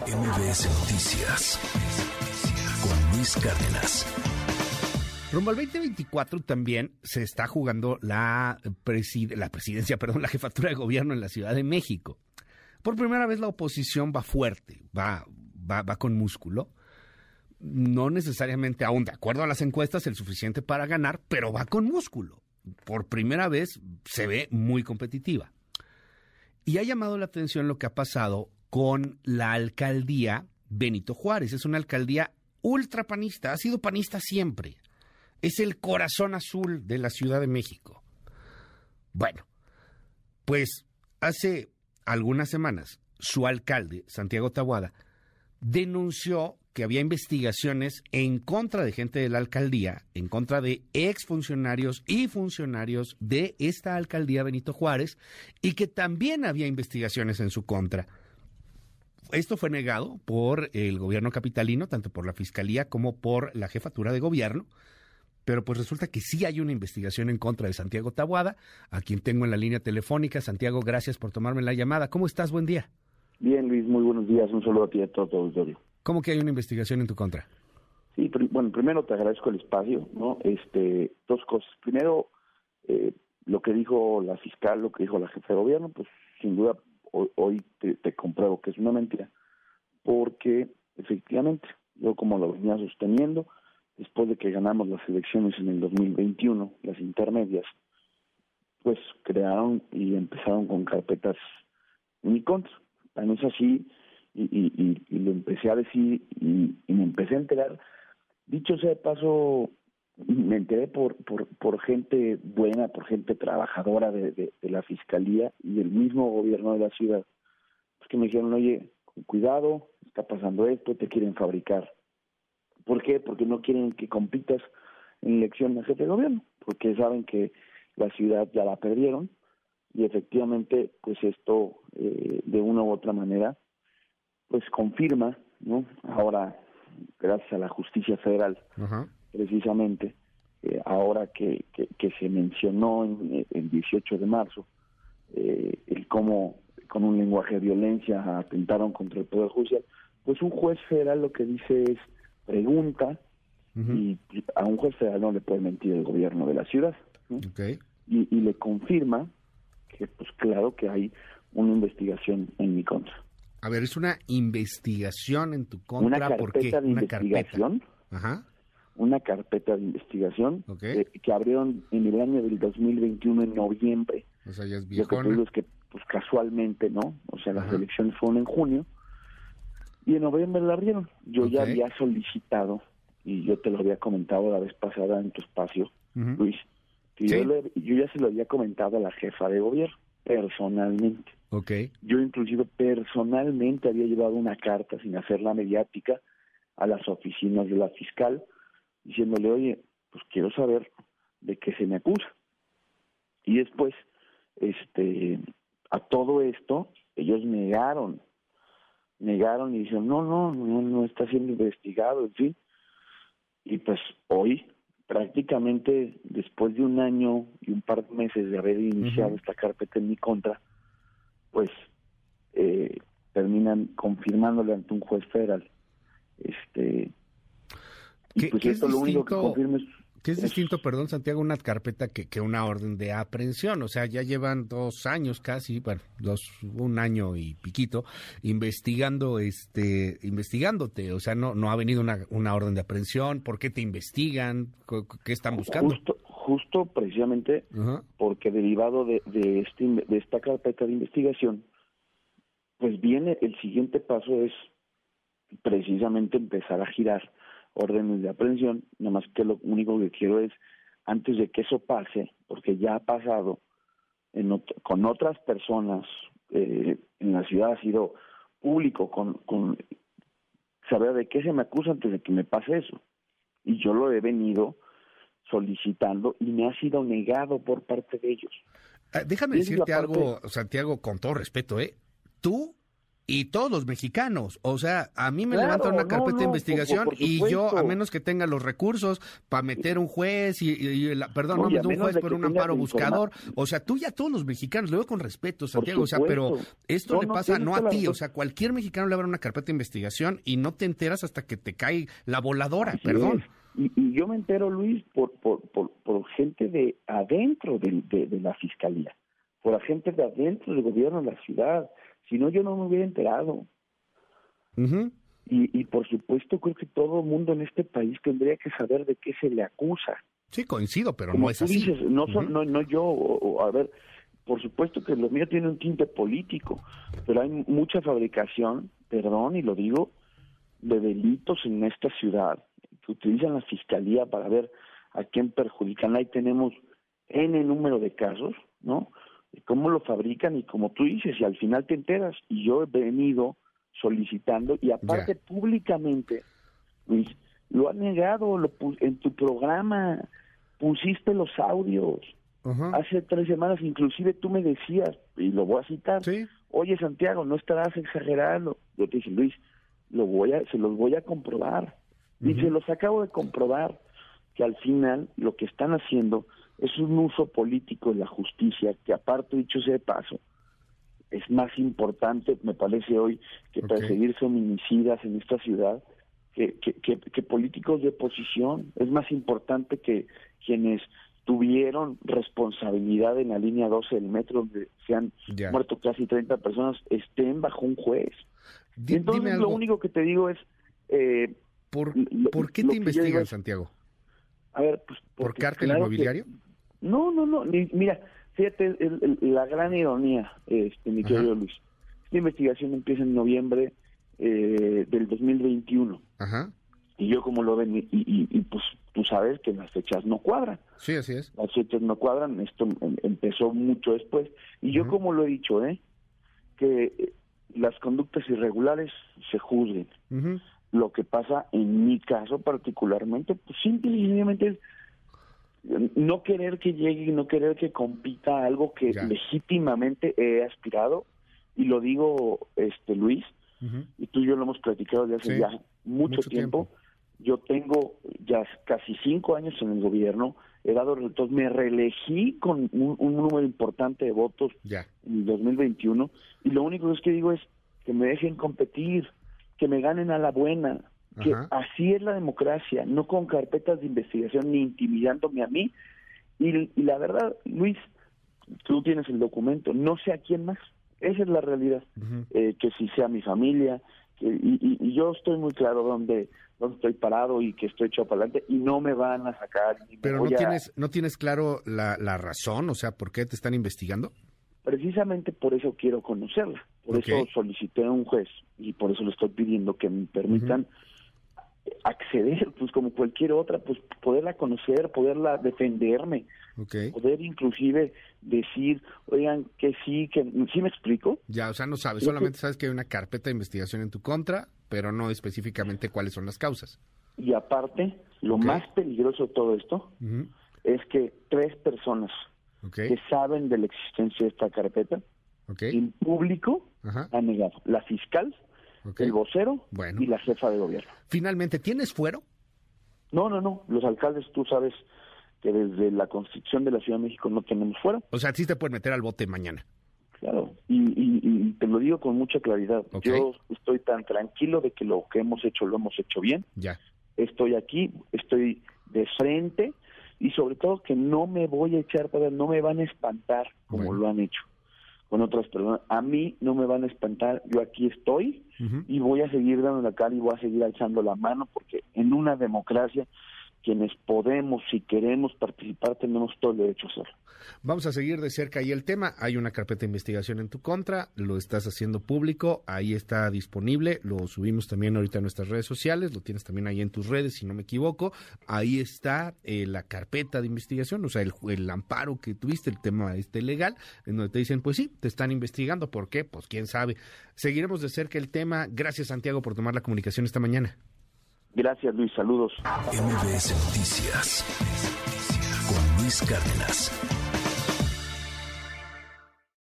MBS Noticias con Luis Cárdenas. Rumbo al 2024 también se está jugando la jefatura de gobierno en la Ciudad de México. Por primera vez la oposición va fuerte, va con músculo. No necesariamente aún de acuerdo a las encuestas el suficiente para ganar, pero va con músculo. Por primera vez se ve muy competitiva. Y ha llamado la atención lo que ha pasado con la alcaldía Benito Juárez. Es una alcaldía ultrapanista, ha sido panista siempre. Es el corazón azul de la Ciudad de México. Bueno, pues hace algunas semanas su alcalde, Santiago Tabuada, denunció que había investigaciones en contra de gente de la alcaldía, en contra de exfuncionarios y funcionarios de esta alcaldía Benito Juárez, y que también había investigaciones en su contra. Esto fue negado por el gobierno capitalino, tanto por la Fiscalía como por la Jefatura de Gobierno, pero pues resulta que sí hay una investigación en contra de Santiago Tabuada, a quien tengo en la línea telefónica. Santiago, gracias por tomarme la llamada. ¿Cómo estás? Buen día. Bien, Luis, muy buenos días. Un saludo a ti y a todo tu auditorio. ¿Cómo que hay una investigación en tu contra? Sí, bueno, primero te agradezco el espacio, ¿no? Dos cosas. Primero, lo que dijo la fiscal, lo que dijo la jefa de gobierno, pues sin duda hoy te compruebo que es una mentira, porque efectivamente, yo como lo venía sosteniendo, después de que ganamos las elecciones en el 2021, las intermedias, pues crearon y empezaron con carpetas en mi contra. Tan es así, y lo empecé a decir y me empecé a enterar. Dicho sea de paso, me enteré por gente buena, por gente trabajadora de la Fiscalía y del mismo gobierno de la ciudad, pues que me dijeron, oye, con cuidado, está pasando esto, te quieren fabricar. ¿Por qué? Porque no quieren que compitas en elección de jefe de gobierno, porque saben que la ciudad ya la perdieron y efectivamente, pues esto de una u otra manera, pues confirma, ¿no? Ahora, gracias a la justicia federal, precisamente, ahora que se mencionó el 18 de marzo, el cómo con un lenguaje de violencia atentaron contra el Poder Judicial, pues un juez federal lo que dice es, pregunta, y a un juez federal no le puede mentir el gobierno de la ciudad, ¿no? Okay. Y le confirma que, pues claro, que hay una investigación en mi contra. A ver, es una investigación en tu contra. Una carpeta de investigación. Ajá. Una carpeta de investigación que abrieron en el año del 2021 en noviembre. O sea, ya es viejona. Lo que te digo es que, pues casualmente, ¿no? O sea, las elecciones fueron en junio y en noviembre la abrieron. Yo ya había solicitado, y yo te lo había comentado la vez pasada en tu espacio, Luis, que yo ya se lo había comentado a la jefa de gobierno, personalmente. Yo inclusive personalmente había llevado una carta sin hacerla mediática a las oficinas de la fiscal, diciéndole, oye, pues quiero saber de qué se me acusa. Y después, a todo esto, ellos negaron y dijeron, no está siendo investigado, en fin. Y pues hoy, prácticamente después de un año y un par de meses de haber iniciado esta carpeta en mi contra, pues terminan confirmándole ante un juez federal. Y pues esto lo único que confirma es... ¿Qué es distinto, perdón, Santiago, una carpeta que una orden de aprehensión? O sea, ya llevan 2 años casi, bueno, un año y piquito, investigándote. O sea, no ha venido una orden de aprehensión. ¿Por qué te investigan? ¿Qué están buscando? Justo precisamente porque derivado de esta carpeta de investigación, pues viene el siguiente paso es precisamente empezar a girar órdenes de aprehensión, nada más que lo único que quiero es, antes de que eso pase, porque ya ha pasado con otras personas, en la ciudad ha sido público, con saber de qué se me acusa antes de que me pase eso. Y yo lo he venido solicitando y me ha sido negado por parte de ellos. Déjame decirte algo, Santiago, con todo respeto, Tú Y todos los mexicanos, o sea, a mí me Claro, levantan una carpeta de investigación por y yo, supuesto. a menos que tenga los recursos para meter un juez perdón, no y a meter un menos juez, de pero que un amparo tengas buscador, o sea, tú y a todos los mexicanos, lo veo con respeto, Santiago, o sea, pero supuesto. esto No, le no, pasa tienes no a toda la ti, o razón. sea, cualquier mexicano le abre una carpeta de investigación y no te enteras hasta que te cae la voladora, Así perdón. es. Y yo me entero, Luis, por gente de adentro de la fiscalía, por la gente de adentro del gobierno de la ciudad. Si no, yo no me hubiera enterado. Ujú. Y por supuesto, creo que todo el mundo en este país tendría que saber de qué se le acusa. Sí, coincido, pero Como no es tú así. dices, no yo, a ver, por supuesto que lo mío tiene un tinte político, pero hay mucha fabricación, perdón, y lo digo, de delitos en esta ciudad que utilizan la fiscalía para ver a quién perjudican. Ahí tenemos N número de casos, ¿no? Y cómo lo fabrican y como tú dices, y al final te enteras. Y yo he venido solicitando, y aparte públicamente, Luis, lo has negado, en tu programa pusiste los audios. Ajá. Hace 3 semanas inclusive tú me decías, y lo voy a citar, Sí. oye Santiago, no estarás exagerando. Yo te dije, Luis, se los voy a comprobar. Y se los acabo de comprobar, que al final lo que están haciendo es un uso político de la justicia, que aparte, dicho sea de paso, es más importante, me parece hoy, que perseguir feminicidas en esta ciudad, que políticos de oposición. Es más importante que quienes tuvieron responsabilidad en la línea 12 del metro, donde se han muerto casi 30 personas, estén bajo un juez. Entonces, lo único que te digo es... ¿Por qué te investigan, Santiago? A ver, pues... ¿Por cártel inmobiliario? No. Mira, fíjate la gran ironía, mi querido Luis. Esta investigación empieza en noviembre del 2021. Ajá. Y yo como lo ven, y pues tú sabes que las fechas no cuadran. Sí, así es. Las fechas no cuadran, esto empezó mucho después. Y yo como lo he dicho, que las conductas irregulares se juzguen. Lo que pasa en mi caso particularmente, pues simple y sencillamente es no querer que llegue, no querer que compita algo que legítimamente he aspirado, y lo digo, Luis, y tú y yo lo hemos platicado desde hace ya mucho tiempo. Yo tengo ya casi 5 años en el gobierno, he dado resultados, me reelegí con un número importante de votos en el 2021, y lo único que digo es que me dejen competir, que me ganen a la buena, que así es la democracia, no con carpetas de investigación ni intimidándome a mí. Y la verdad, Luis, tú tienes el documento, no sé a quién más, esa es la realidad, que si sea mi familia, y yo estoy muy claro dónde estoy parado y que estoy echado para adelante y no me van a sacar. Pero no tienes claro la razón, o sea, ¿por qué te están investigando? Precisamente por eso quiero conocerla, por eso solicité a un juez y por eso le estoy pidiendo que me permitan acceder, pues como cualquier otra, pues poderla conocer, poderla defenderme, poder inclusive decir, oigan, que ¿sí me explico? Ya, o sea, no sabes, solamente sabes que hay una carpeta de investigación en tu contra, pero no específicamente cuáles son las causas. Y aparte, lo más peligroso de todo esto es que 3 personas que saben de la existencia de esta carpeta, en público han negado. La fiscal, el vocero y la jefa de gobierno. Finalmente, ¿tienes fuero? No. Los alcaldes, tú sabes que desde la Constitución de la Ciudad de México no tenemos fuero. O sea, sí te pueden meter al bote mañana. Claro, y te lo digo con mucha claridad. Yo estoy tan tranquilo de que lo que hemos hecho lo hemos hecho bien. Estoy aquí, estoy de frente, y sobre todo que no me voy a echar para, no me van a espantar como lo han hecho con otras personas. A mí no me van a espantar, yo aquí estoy y voy a seguir dando la cara y voy a seguir alzando la mano, porque en una democracia quienes podemos, si queremos participar, tenemos todo el derecho a hacerlo. Vamos a seguir de cerca ahí el tema. Hay una carpeta de investigación en tu contra, lo estás haciendo público, ahí está disponible, lo subimos también ahorita a nuestras redes sociales, lo tienes también ahí en tus redes, si no me equivoco. Ahí está la carpeta de investigación, o sea, el amparo que tuviste, el tema legal, en donde te dicen, pues sí, te están investigando. ¿Por qué? Pues quién sabe. Seguiremos de cerca el tema. Gracias, Santiago, por tomar la comunicación esta mañana. Gracias, Luis. Saludos. MBS Noticias con Luis Cárdenas.